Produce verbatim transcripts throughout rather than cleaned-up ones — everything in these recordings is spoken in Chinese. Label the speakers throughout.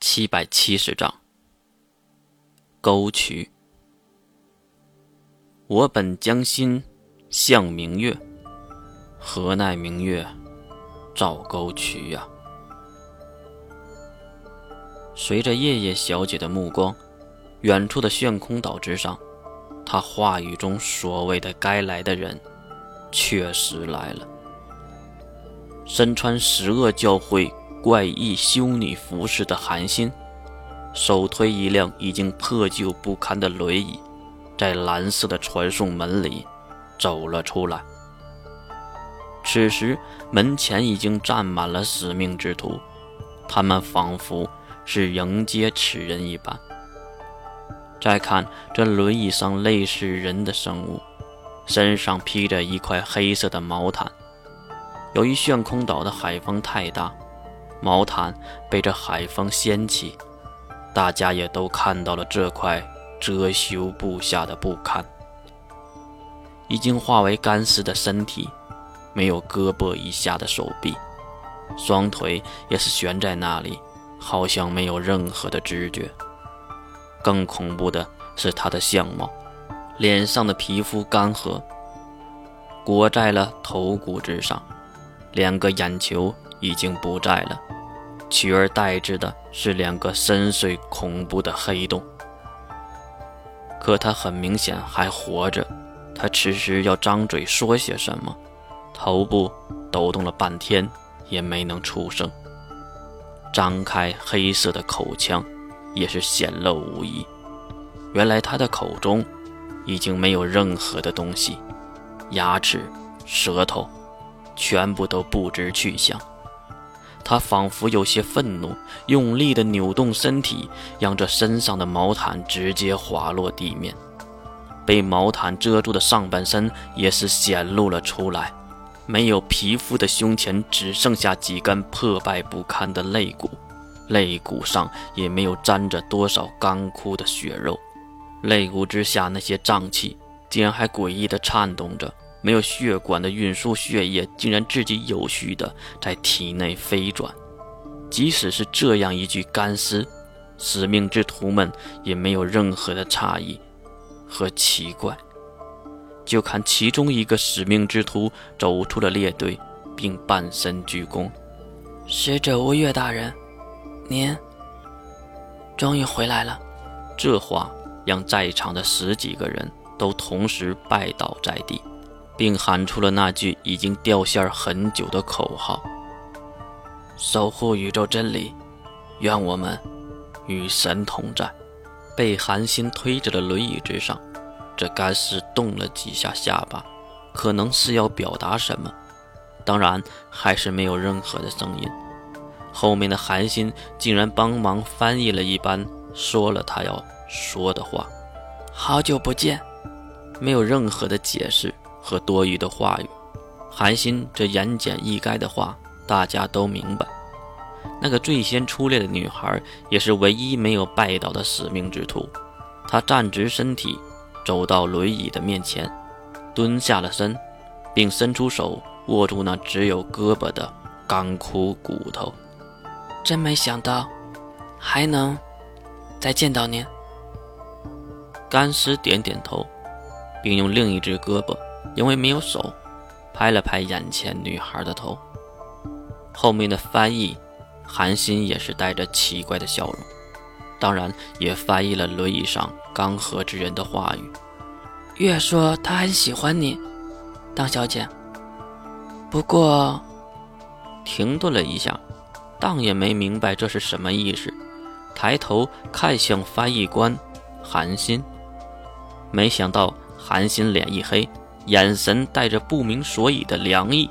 Speaker 1: 七百七十章沟渠。我本将心向明月，何奈明月照沟渠呀、啊。随着叶叶小姐的目光，远处的悬空岛之上，她话语中所谓的该来的人确实来了。身穿十恶教会怪异修女服饰的韩信，手推一辆已经破旧不堪的轮椅，在蓝色的传送门里走了出来。此时门前已经站满了使命之徒，他们仿佛是迎接此人一般。再看这轮椅上类似人的生物，身上披着一块黑色的毛毯。由于悬空岛的海风太大，毛毯被这海风掀起，大家也都看到了这块遮羞布下的不堪。已经化为干尸的身体，没有胳膊以下的手臂，双腿也是悬在那里，好像没有任何的知觉。更恐怖的是他的相貌，脸上的皮肤干涸，裹在了头骨之上，两个眼球已经不在了，取而代之的是两个深邃恐怖的黑洞。可他很明显还活着，他此时要张嘴说些什么，头部抖动了半天也没能出声，张开黑色的口腔也是显露无遗。原来他的口中已经没有任何的东西，牙齿、舌头全部都不知去向。他仿佛有些愤怒，用力地扭动身体，让这身上的毛毯直接滑落地面。被毛毯遮住的上半身也是显露了出来，没有皮肤的胸前只剩下几根破败不堪的肋骨，肋骨上也没有沾着多少干枯的血肉，肋骨之下那些脏器竟然还诡异地颤动着，没有血管的运输血液竟然自己有序地在体内飞转。即使是这样一具干尸，使命之徒们也没有任何的诧异和奇怪。就看其中一个使命之徒走出了列队，并半身鞠躬：“
Speaker 2: 使者吴越大人，您终于回来了。”
Speaker 1: 这话让在场的十几个人都同时拜倒在地，并喊出了那句已经掉线很久的口号：“守护宇宙真理，愿我们与神同在。”被韩信推着的轮椅之上，这干尸动了几下下巴，可能是要表达什么，当然还是没有任何的声音。后面的韩信竟然帮忙翻译了一般，说了他要说的话：“
Speaker 2: 好久不见。”
Speaker 1: 没有任何的解释和多余的话语，韩信这言简意赅的话大家都明白。那个最先出列的女孩也是唯一没有拜倒的使命之徒，她站直身体，走到轮椅的面前，蹲下了身，并伸出手握住那只有胳膊的干枯骨头。
Speaker 2: “真没想到还能再见到您。”
Speaker 1: 干尸点点头，并用另一只胳膊，因为没有手，拍了拍眼前女孩的头。后面的翻译韩信也是带着奇怪的笑容，当然也翻译了轮椅上刚和之人的话语。
Speaker 2: “月说他很喜欢你，当小姐。不过……”
Speaker 1: 停顿了一下，当也没明白这是什么意思，抬头看向翻译官韩信，没想到韩信脸一黑，眼神带着不明所以的凉意。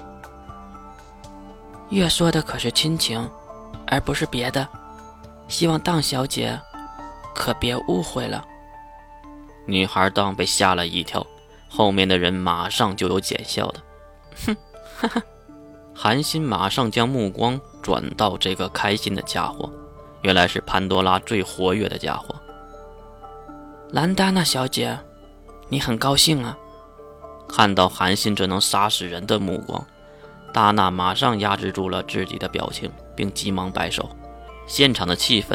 Speaker 2: “月说的可是亲情，而不是别的，希望当小姐可别误会了。”
Speaker 1: 女孩当被吓了一跳，后面的人马上就有奸笑的：“哼，哈哈。”韩信马上将目光转到这个开心的家伙，原来是潘多拉最活跃的家伙。
Speaker 2: “兰达娜小姐，你很高兴啊？”
Speaker 1: 看到韩信这能杀死人的目光，达娜马上压制住了自己的表情，并急忙摆手。现场的气氛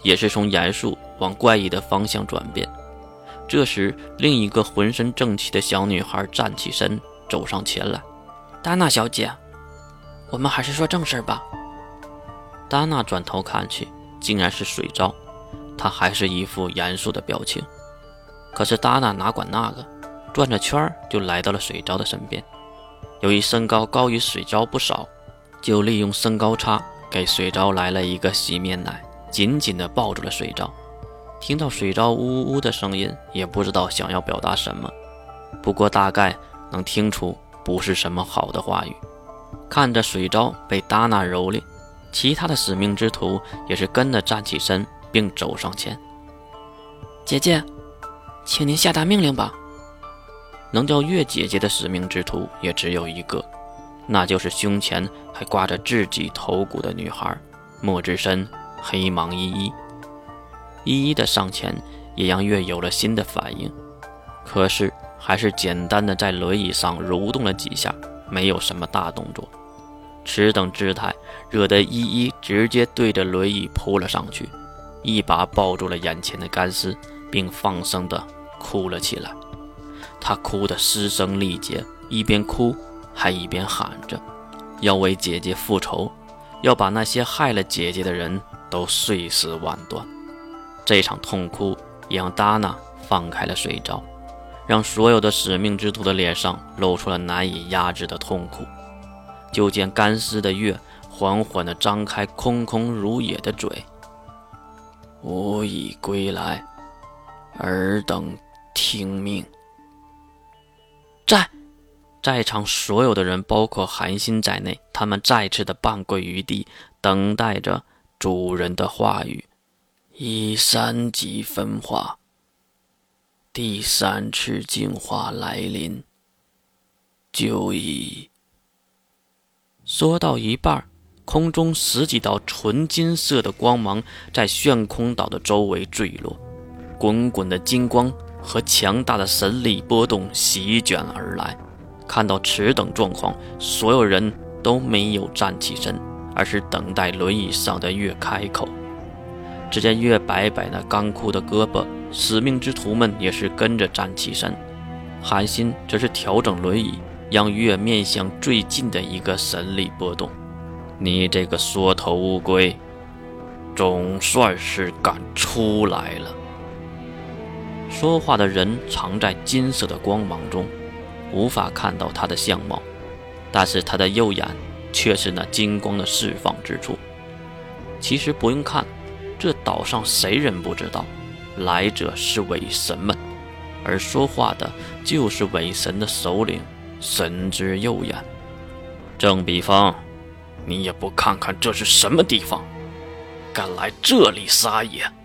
Speaker 1: 也是从严肃往怪异的方向转变。这时，另一个浑身正气的小女孩站起身，走上前来。
Speaker 2: 达娜小姐，我们还是说正事吧。
Speaker 1: 达娜转头看去，竟然是水昭，她还是一副严肃的表情。可是达娜哪管那个，转着圈就来到了水昭的身边。由于身高高于水昭不少，就利用身高差给水昭来了一个洗面奶，紧紧地抱住了水昭。听到水昭呜呜的声音，也不知道想要表达什么，不过大概能听出不是什么好的话语。看着水昭被达娜蹂躏，其他的使命之徒也是跟着站起身，并走上前。
Speaker 2: 姐姐，请您下达命令吧。
Speaker 1: 能叫月姐姐的使命之徒也只有一个，那就是胸前还挂着自己头骨的女孩墨之深黑芒依依。依依的上前也让月有了新的反应，可是还是简单的在轮椅上蠕动了几下，没有什么大动作。此等姿态惹得依依直接对着轮椅扑了上去，一把抱住了眼前的干尸，并放声的哭了起来。她哭得失声力竭，一边哭还一边喊着要为姐姐复仇，要把那些害了姐姐的人都碎尸万段。这场痛哭也让达娜放开了水昭，让所有的使命之徒的脸上露出了难以压制的痛苦。就见干尸的月缓缓地张开空空如也的嘴，我已归来，尔等听命。
Speaker 2: 在
Speaker 1: 在场所有的人，包括韩信在内，他们再次的半跪于地，等待着主人的话语。以三级分化，第三次进化来临，就以……说到一半，空中十几道纯金色的光芒在炫空岛的周围坠落，滚滚的金光和强大的神力波动席卷而来。看到此等状况，所有人都没有站起身，而是等待轮椅上的月开口。只见月摆摆那干枯的胳膊，使命之徒们也是跟着站起身。韩信则是调整轮椅，让月面向最近的一个神力波动。你这个缩头乌龟，总算是敢出来了。说话的人藏在金色的光芒中，无法看到他的相貌，但是他的右眼却是那金光的释放之处。其实不用看，这岛上谁人不知道，来者是伪神们，而说话的就是伪神的首领神之右眼。郑比方，你也不看看这是什么地方，敢来这里撒野！